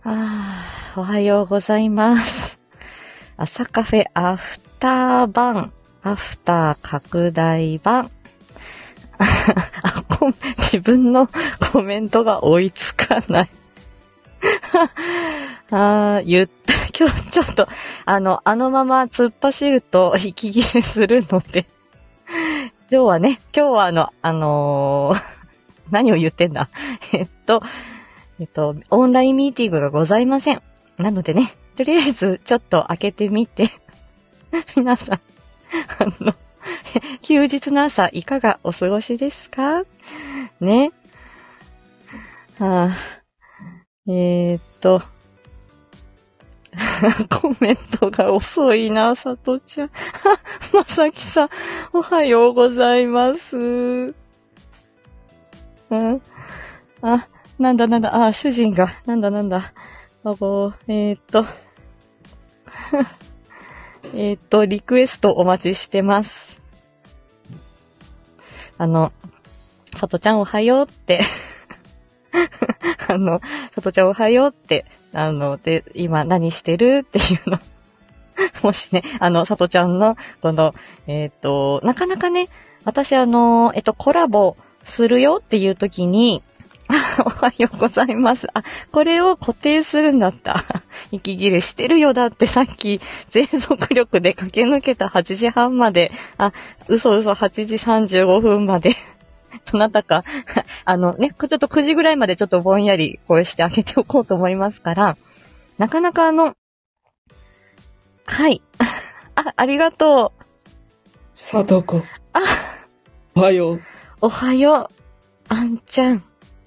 おはようございます。朝カフェアフター版、アフター拡大版。自分のコメントが追いつかない。今日ちょっと、あのまま突っ走ると息切れするので、今日は何を言ってんだオンラインミーティングがございません。なのでね、とりあえずちょっと開けてみて、皆さん、休日の朝いかがお過ごしですかね。コメントが遅いな、さとちゃん。まさきさん、おはようございます。なんだ、主人が、なんだ。リクエストお待ちしてます。さとちゃんおはようって、さとちゃんおはようって、で、今何してるっていうの。もしね、さとちゃんの、なかなかね、私コラボするよっていう時に、おはようございます。これを固定するんだった。息切れしてるよ。だってさっき、全速力で駆け抜けた8時半まで、嘘、8時35分まで。どなたか、ちょっと9時ぐらいまでちょっとぼんやりこうして開けておこうと思いますから、なかなかはい。ありがとう。 さとこ。おはよう。 おはよう。あんちゃん。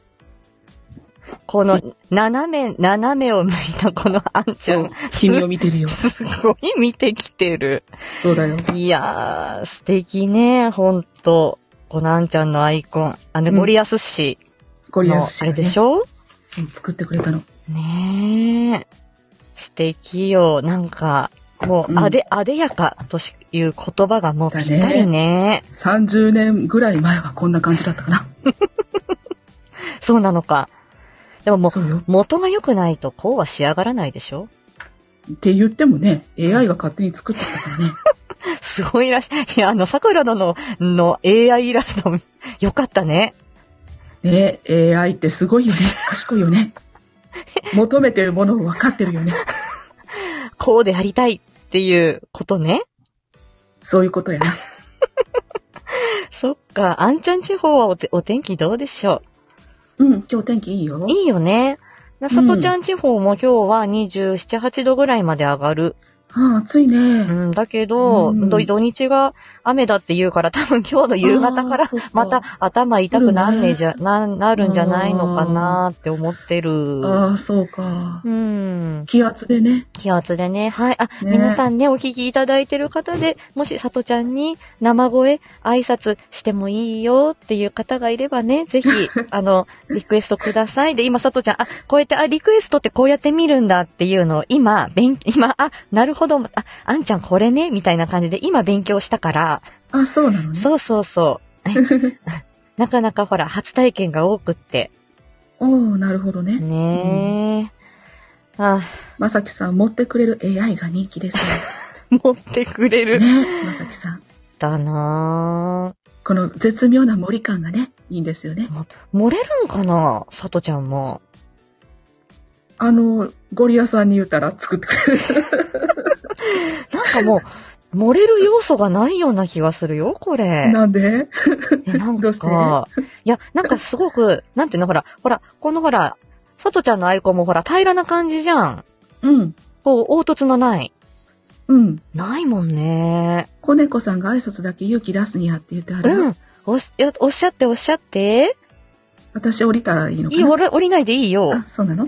この、斜めを向いたこのあんちゃん。 君を見てるよ。 すごい見てきてる。 そうだよ。 いやー、素敵ね、ほんと。このあんちゃんのアイコン。ゴリアス氏。 ゴリアス氏、 あれでしょ？ そう、作ってくれたの。 ねえ。素敵よ。なんか、もう、あでやかという言葉がもうぴったりね。 30年ぐらい前はこんな感じだったかな。 そうなのか。でももう、 う元が良くないとこうは仕上がらないでしょ？ って言ってもね、AI が勝手に作ってたからね。 すごいらしい。いや、桜の AI イラスト、よかったね。 ね、AI ってすごいよね。賢いよね。求めてるものを分かってるよね。 こうでありたいっていうことね。 そういうことやな。 そっか、あんちゃん地方はお天気どうでしょう？今日天気いいよ。 いいよね。さとちゃん地方も今日は27、8度ぐらいまで上がる。 暑いね。 だけど、土日が雨だって言うから、多分今日の夕方からまた頭痛くなるんじゃないのかなって思ってる。 そうか。 気圧でね。 気圧でね。はい。皆さんね、お聞きいただいてる方で、もしさとちゃんに生声、挨拶してもいいよっていう方がいればね、ぜひ、リクエストください。で、今さとちゃん、こうやって、リクエストってこうやって見るんだっていうのを今、なるほど、あんちゃんこれね、みたいな感じで今勉強したから。 そうなのね。 そう。なかなかほら、初体験が多くって。 なるほどね。 ねまさきさん、持ってくれる AI が人気ですね。 持ってくれる。 ね、まさきさん。 だなぁ。 この絶妙な森感がね、いいんですよね。 漏れるんかな、さとちゃんも。 ゴリアさんに言ったら作ってくれる。 なんかもう、漏れる要素がないような気がするよ、これ。 なんで？ なんどうして？ いや、なんかすごく、なんていうの、このさとちゃんのアイコンも平らな感じじゃん。こう、凹凸のない。ないもんね。 子猫さんが挨拶だけ勇気出すにやって言ってある。 おっしゃって。私降りたらいいのかな？ 降りないでいいよ。 そうなの？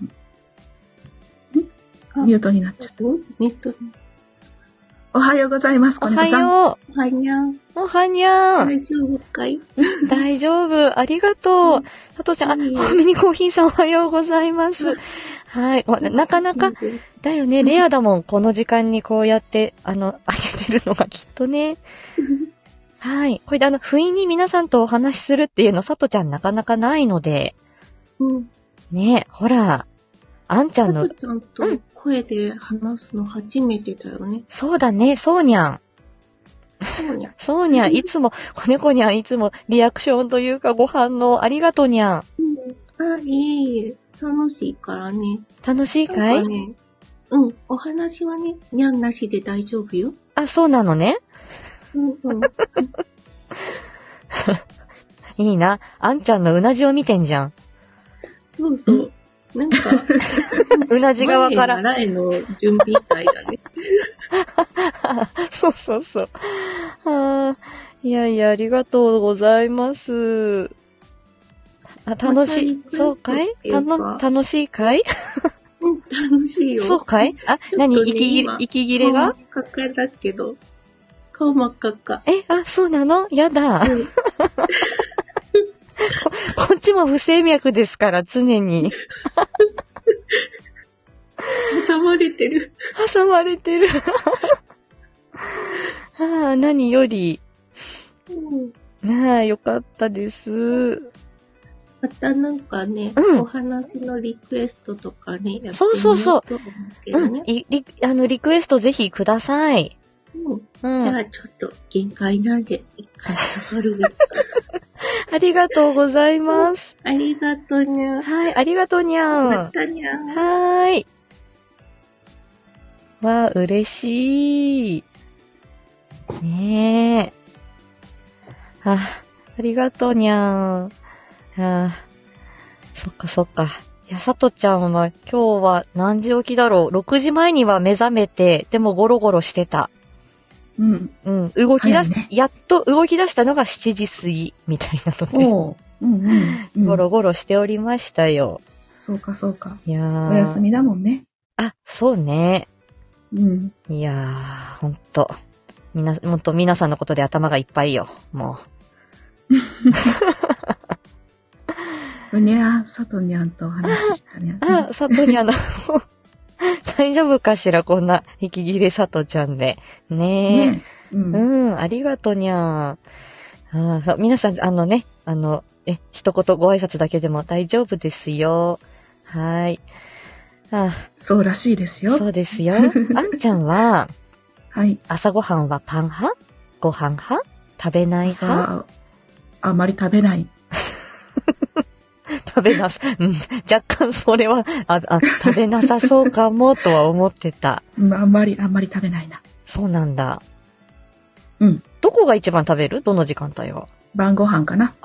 ミュートになっちゃった。おはようございます、子猫さん。 おはにゃん。 大丈夫かい？ 大丈夫。ありがとう。さとちゃん、ミニコーヒーさんおはようございます。はい。なかなか、だよね。レアだもん。この時間にこうやって、あげてるのがきっとね。はい。これで不意に皆さんとお話しするっていうの、さとちゃんなかなかないので。ね、ほら。 あんちゃんのさと、ちゃんと声で話すの初めてだよね。 そうだね、そうにゃん。 そうにゃ。 そうにゃん、いつも、子猫にゃんいつもリアクションというかご反応ありがとうにゃん。 あ、いいえ。楽しいからね。 楽しいなんかい？ かね、お話はね、にゃんなしで大丈夫よ。 あ、そうなのね。 うんうん。 いいな。あんちゃんのうなじを見てんじゃん。 そうそう。なんか、 うなじ側から。 前へ習えの準備会だね。 そうそうそう。はあ、いやいや、ありがとうございます。あ、楽しい。そうかい？楽しいかい？ うん、楽しいよ。 そうかい？あ、 ちょっとね、 息切れが？ 顔真っ赤っかだけど。顔真っ赤っか。 あ、そうなの？やだ。 うん、 こっちも不整脈ですから、常に。 挟まれてる。 挟まれてる。はあ、何より。よかったです。 またなんかね、 うんお話のリクエストとかね、やってそうみそうそうようと思うけどね。 リクエストぜひください。 じゃあちょっと限界なんで、一回下がるべき。 ありがとうございます。 ありがとうにゃん。 はい、ありがとうにゃん。 またにゃん。 はーい。わあ、嬉しい。ねえ。ありがとうにゃん。そっかそっか。いや、さとちゃんは今日は何時起きだろう。6時前には目覚めて、でもゴロゴロしてた。 うん。 動き出す、 ね、 やっと動き出したのが7時過ぎ、みたいなので。ゴロゴロしておりましたよ。 そうかそうか。 いやー。 お休みだもんね。 あ、そうね。 うん。 いやー、ほんと皆さんのことで頭がいっぱいよ、もう。にゃー、さとにゃんとお話ししたにゃん。 あ、さとにゃんの、大丈夫かしら、こんな息切れさとちゃんで。ねえ。ありがとにゃん。皆さん、一言ご挨拶だけでも大丈夫ですよ。はい。 そうらしいですよ。 そうですよ。あんちゃんは、 はい。 朝ごはんはパン派？ご飯派？食べない派？ あまり食べない。 食べなさ、若干それは、食べなさそうかもとは思ってた。 あんまり食べないな。 そうなんだ。 うん。 どこが一番食べる？どの時間帯は？ 晩ご飯かな。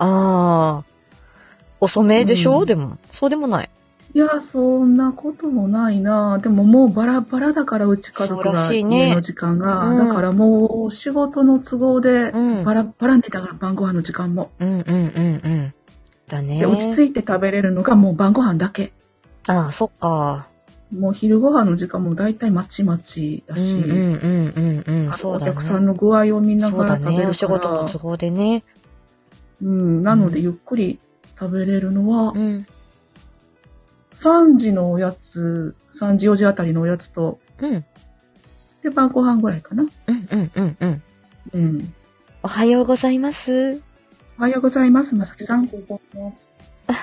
遅めでしょ？でも、そうでもない。 いや、そんなこともないな。でももうバラバラだから、うち家族が家の時間が。だからもう仕事の都合で、バラバラにだから晩ご飯の時間も。 だね。 で、落ち着いて食べれるのがもう晩ご飯だけ。 ああ、そっか。 もう昼ご飯の時間もだいたいまちまちだし。お客さんの具合を見ながら食べるから。 お仕事の都合でね。 なのでゆっくり食べれるのは、3時のおやつ、3時4時あたりのおやつと、で、晩ご飯ぐらいかな。 おはようございます。 おはようございます、まさきさん。 おはようございます。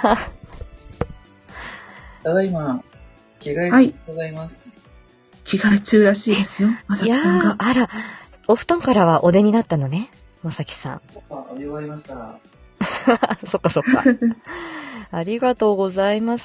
ただいま、着替え中でございます。 着替え中らしいですよ、まさきさんが。 あら、お布団からはお出になったのね、まさきさん。 浴び終わりました。 そっかそっか。ありがとうございます。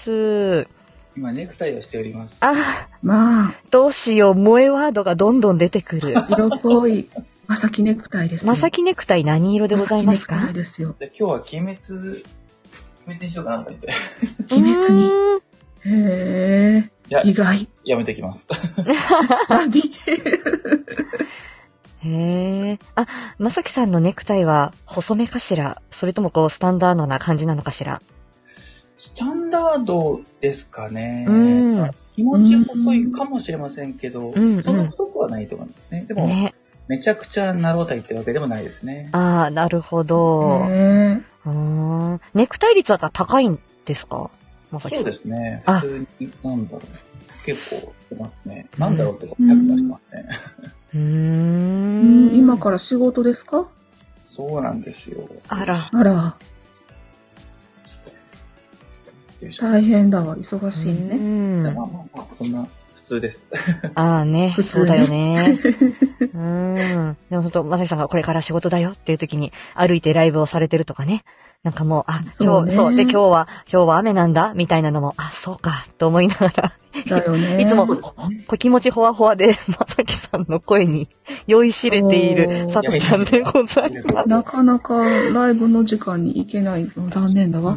今、ネクタイをしております。 まあ。 どうしよう、萌えワードがどんどん出てくる。 色っぽい、まさきネクタイですよ。 まさきネクタイ何色でございますか？ まさきネクタイですよ。 今日は鬼滅にしようかなと思って。 鬼滅に。へー。意外。 やめてきます。 何？ へー。まさきさんのネクタイは細めかしら？それともスタンダードな感じなのかしら？ スタンダードですかね。気持ち細いかもしれませんけど、そんな太くはないと思いますね。でも、めちゃくちゃナロータイってわけでもないですね。 なるほど。ネクタイ率は高いんですか？まさきさん。 そうですね。普通に、なんだろう。結構出ますね。なんだろうって100出してますね。 今から仕事ですか？ そうなんですよ。 あら。 大変だわ、忙しいね。 まあ、そんな、普通です。 ああね、普通だよね。でも本当、まさきさんがこれから仕事だよっていう時に歩いてライブをされてるとかね。なんかもう、今日、で、今日は雨なんだみたいなのも、そうか、と思いながら。 だよね。 いつも、気持ちほわほわで、まさきさんの声に酔いしれているさとちゃんでございます。 なかなかライブの時間に行けないの残念だわ。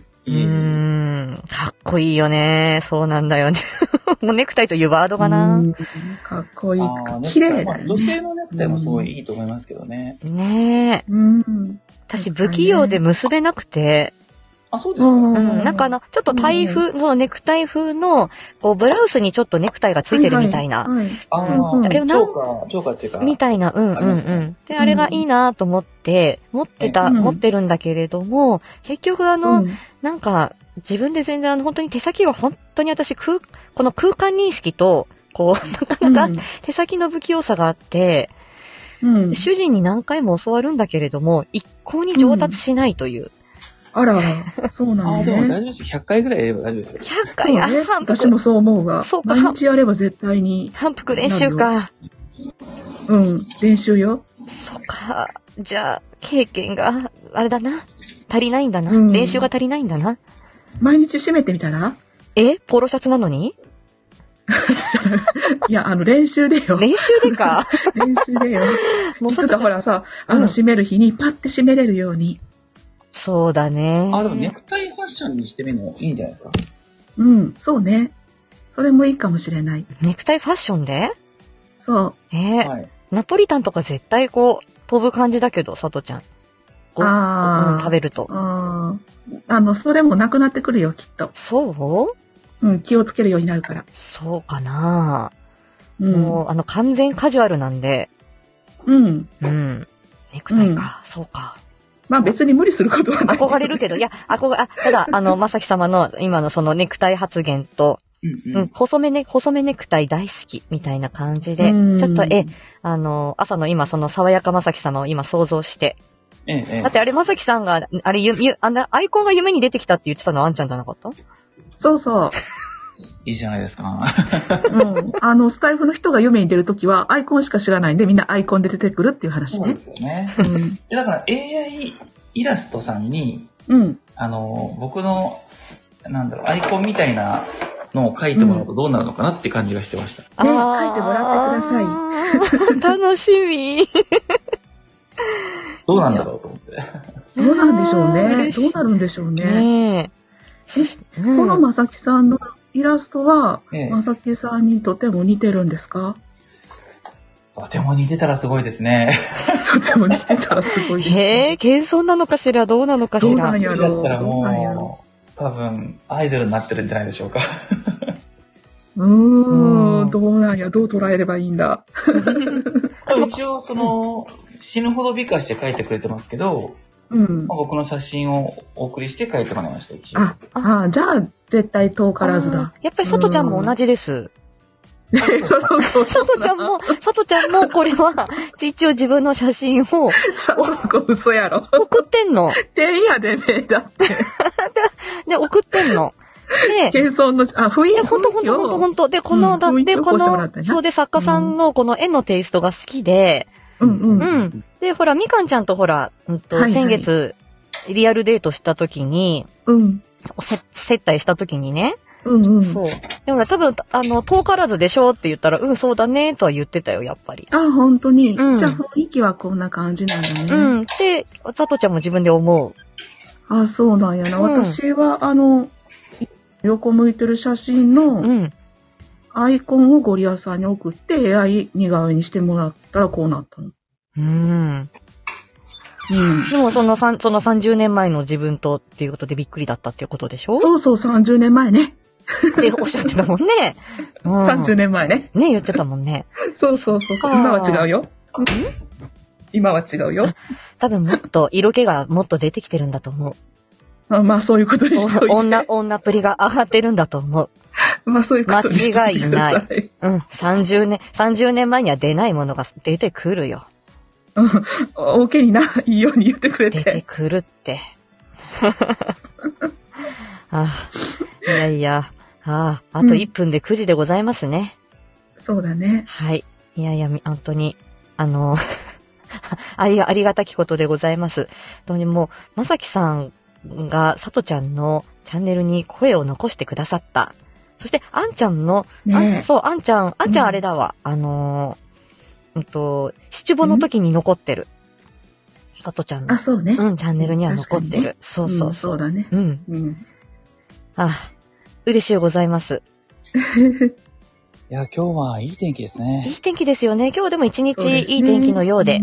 かっこいいよね。そうなんだよね。もうネクタイというワードがな。 かっこいい。綺麗だね。 女性のネクタイもすごいいいと思いますけどね。 ねえ。私、不器用で結べなくて。 あ、そうですか。 なんかちょっとタイ風、そのネクタイ風の、こう、ブラウスにちょっとネクタイがついてるみたいな。 あれチョーカーっていうか。 みたいな、で、あれがいいなと思って、持ってるんだけれども、結局なんか、自分で全然本当に手先は本当に私、この空間認識と、こう、なかなか手先の不器用さがあって、主人に何回も教わるんだけれども、一向に上達しないという。 あら、そうなんだね。 でも大丈夫です。100回ぐらいやれば大丈夫ですよ。 100回私もそう思うが。毎日やれば絶対に。 反復練習か。 練習よ。 そっか。じゃあ、経験が、あれだな。足りないんだな。練習が足りないんだな。 毎日締めてみたら？ ポロシャツなのに？ いや、練習でよ。 練習でか？ 練習でよ。いつかほらさ、締める日にパッて締めれるように。 そうだね。 でもネクタイファッションにしてみるのいいんじゃないですか？ そうね。それもいいかもしれない。 ネクタイファッションで？ そう。 ナポリタンとか絶対こう、飛ぶ感じだけど、さとちゃん。食べると。 それもなくなってくるよ、きっと。 そう？ 気をつけるようになるから。 そうかな。もう、完全カジュアルなんで。ネクタイか、そうか。 まあ別に無理することはない。 憧れるけど、いや、ただ、まさき様の今のそのネクタイ発言と、細めネクタイ大好き、みたいな感じで、ちょっと、朝の今その爽やかまさき様を今想像して。だってあれまさきさんが、あれ、アイコンが夢に出てきたって言ってたのあんちゃんじゃなかった？ そうそう。 いいじゃないですか。 スタイフの人が夢に出るときはアイコンしか知らないんでみんなアイコンで出てくるっていう話ね。 そうですよね。だから AI イラストさんに、僕の、アイコンみたいなのを書いてもらうとどうなるのかなって感じがしてました。 書いてもらってください。 楽しみ。 どうなんだろうと思って。 どうなんでしょうね。どうなるんでしょうね。このまさきさんのイラストは、まさきさんにとても似てるんですか？ とても似てたらすごいですね。 とても似てたらすごいですね。 謙遜なのかしら？どうなのかしら？ どうなんやろう？ だったらもう、多分、アイドルになってるんじゃないでしょうか。 どうなんや、どう捉えればいいんだ。 一応、死ぬほど美化して書いてくれてますけど、僕の写真をお送りして書いてもらいました、一応。じゃあ、絶対遠からずだ。 やっぱりさとちゃんも同じです。 さとちゃんもこれは、一応自分の写真を。 さとこ嘘やろ。 送ってんの。 てんやでめだって。 で、送ってんの。 で、謙遜の、雰囲気ほんと。で、そうで、作家さんのこの絵のテイストが好きで、で、ほら、みかんちゃんとほら、先月、リアルデートした時に、接待した時にね、そう。でも多分、遠からずでしょって言ったら、そうだね、とは言ってたよ、やっぱり。 本当に。じゃあ雰囲気はこんな感じなんだね。 で、さとちゃんも自分で思う。そうなんやな。私は、横向いてる写真の、アイコンをゴリアさんに送って AI 似顔絵にしてもらったらこうなったの。 でもその30年前の自分とっていうことでびっくりだったっていうことでしょ？ そうそう、30年前ね。 っておっしゃってたもんね。 30年前ね。 ね、言ってたもんね。 そう。今は違うよ。今は違うよ。 多分もっと、色気がもっと出てきてるんだと思う。 まあそういうことにしておいて。 女っぷりが上がってるんだと思う。 まあそういうことにしておいてください。 間違いない。30年前には出ないものが出てくるよ。 大けにな、いいように言ってくれて。 出てくるって。 や。あと1分で9時でございますね。 そうだね。 はい。いやいや、本当に、ありがたきことでございます。本当にもう、まさきさんが、さとちゃんのチャンネルに声を残してくださった。そして、あんちゃんの、あんちゃんあれだわ。七五の時に残ってる。さとちゃんの。 そうね。 チャンネルには残ってる。そう。 そうだね。 嬉しいございます。 いや、今日はいい天気ですね。 いい天気ですよね。今日でも一日いい天気のようで。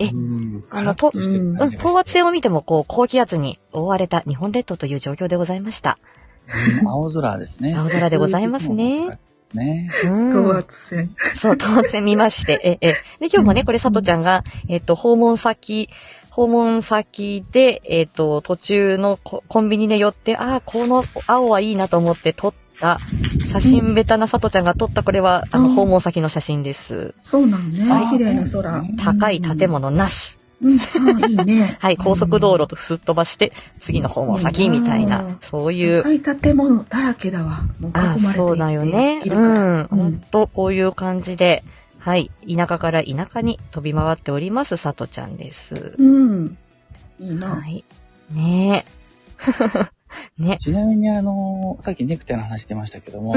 等圧線を見ても、高気圧に覆われた日本列島という状況でございました。 青空ですね。 青空でございますね。 等圧線。 そう、等圧線見まして。で、今日もね、これ、さとちゃんが、訪問先で、途中のコンビニで寄って、この青はいいなと思って撮った写真、ベタなさとちゃんが撮った、これは、訪問先の写真です。 そうなんね。綺麗な空。 高い建物なし。 いいね。 はい、高速道路とすっ飛ばして、次の訪問先みたいな、そういう。 高い建物だらけだわ。もう囲まれていてそうだよね。ほんと、こういう感じで、はい、田舎から田舎に飛び回っております、さとちゃんです。 いいな。 はい。ねえ。ね。 ちなみにさっきネクタイの話してましたけども、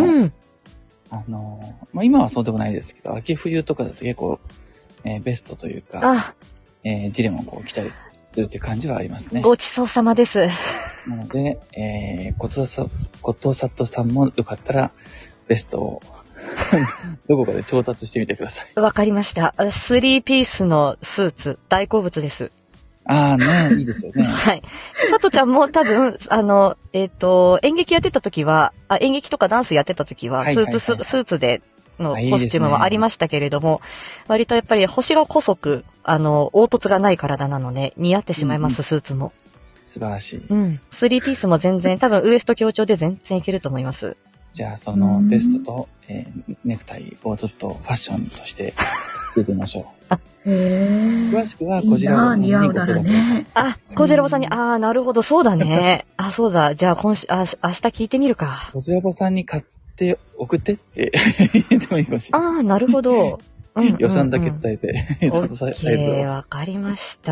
今はそうでもないですけど、秋冬とかだと結構、ベストというか、ジレも着たりするっていう感じはありますね。 ごちそうさまです。 なので、ことさとさんもよかったら、ベストを、どこかで調達してみてください。 わかりました。3ピースのスーツ、大好物です。 いいですよね。 はい。さとちゃんも多分、演劇やってた時は、演劇とかダンスやってた時は、スーツでのコスチュームはありましたけれども、割とやっぱり星が細く、凹凸がない体なので、似合ってしまいます、スーツも。 素晴らしい。 3ピースも全然、多分ウエスト強調で全然いけると思います。 じゃあ、そのベストと、ネクタイをちょっとファッションとして出てみましょう。詳しくは、こじらぼさんにご相談ください。 こじらぼさんに、なるほど、そうだね。そうだ、じゃあ明日聞いてみるか。 こじらぼさんに買って送ってって言ってもいいかもしれない。 なるほど。 予算だけ伝えて、ちょっとサイズを。 わかりました。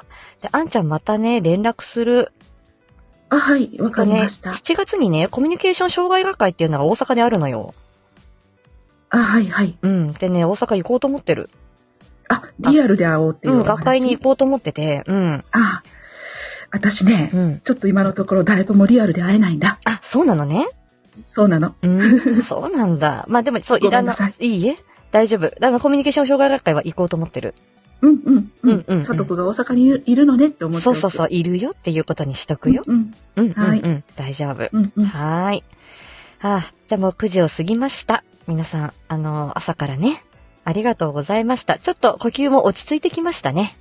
で、あんちゃんまたね、連絡する。 はい、わかりました。 7月にね、コミュニケーション障害学会っていうのが大阪であるのよ。 はい。 でね、大阪行こうと思ってる。 リアルで会おうっていう。 学会に行こうと思ってて、 私ね、ちょっと今のところ誰ともリアルで会えないんだ。 そうなのね。 そうなの。 そうなんだ。まあでも、そう、いいえ。大丈夫。だからコミュニケーション障害学会は行こうと思ってる。 さとこが大阪にいるのねって思ってる。 そう、いるよっていうことにしとくよ。はい。大丈夫。はい。じゃあもう9時を過ぎました。皆さん、朝からね、ありがとうございました。ちょっと呼吸も落ち着いてきましたね。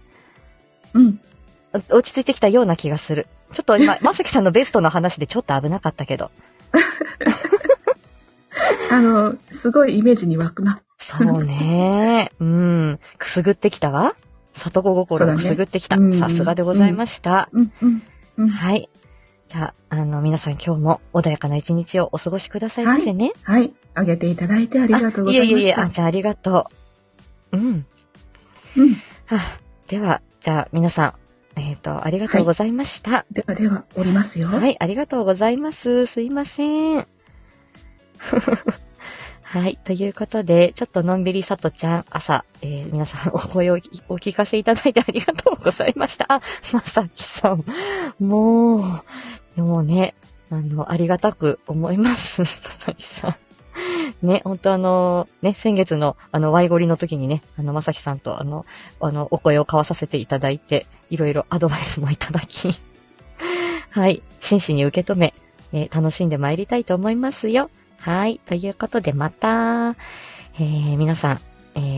落ち着いてきたような気がする。ちょっと今、まさきさんのベストの話でちょっと危なかったけど。 すごいイメージに湧くな。 そうね。くすぐってきたわ。里子心をくすぐってきた。さすがでございました。はい。じゃあ、皆さん今日も穏やかな一日をお過ごしくださいませね。 はい。あげていただいてありがとうございました。 いえ、あんちゃんありがとう。では、じゃあ皆さん、ありがとうございました。 では、おりますよ。 はい、ありがとうございます。すいません。はい。ということで、ちょっとのんびりさとちゃん、朝、皆さんお声をお聞かせいただいてありがとうございました。まさきさん。もうね、ありがたく思います。まさきさん。ね、ほんと先月のワイゴリの時にね、まさきさんとお声を交わさせていただいて、いろいろアドバイスもいただき、はい。真摯に受け止め、楽しんで参りたいと思いますよ。はい。ということで、また、皆さん、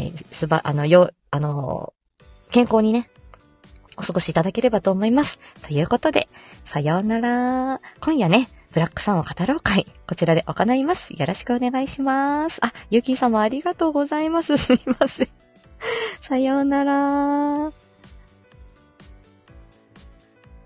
健康にね、お過ごしいただければと思います。ということで、さようなら。今夜ね、ブラックさんを語ろう会、こちらで行います。よろしくお願いします。ゆきさんもありがとうございます。すいません。さようなら。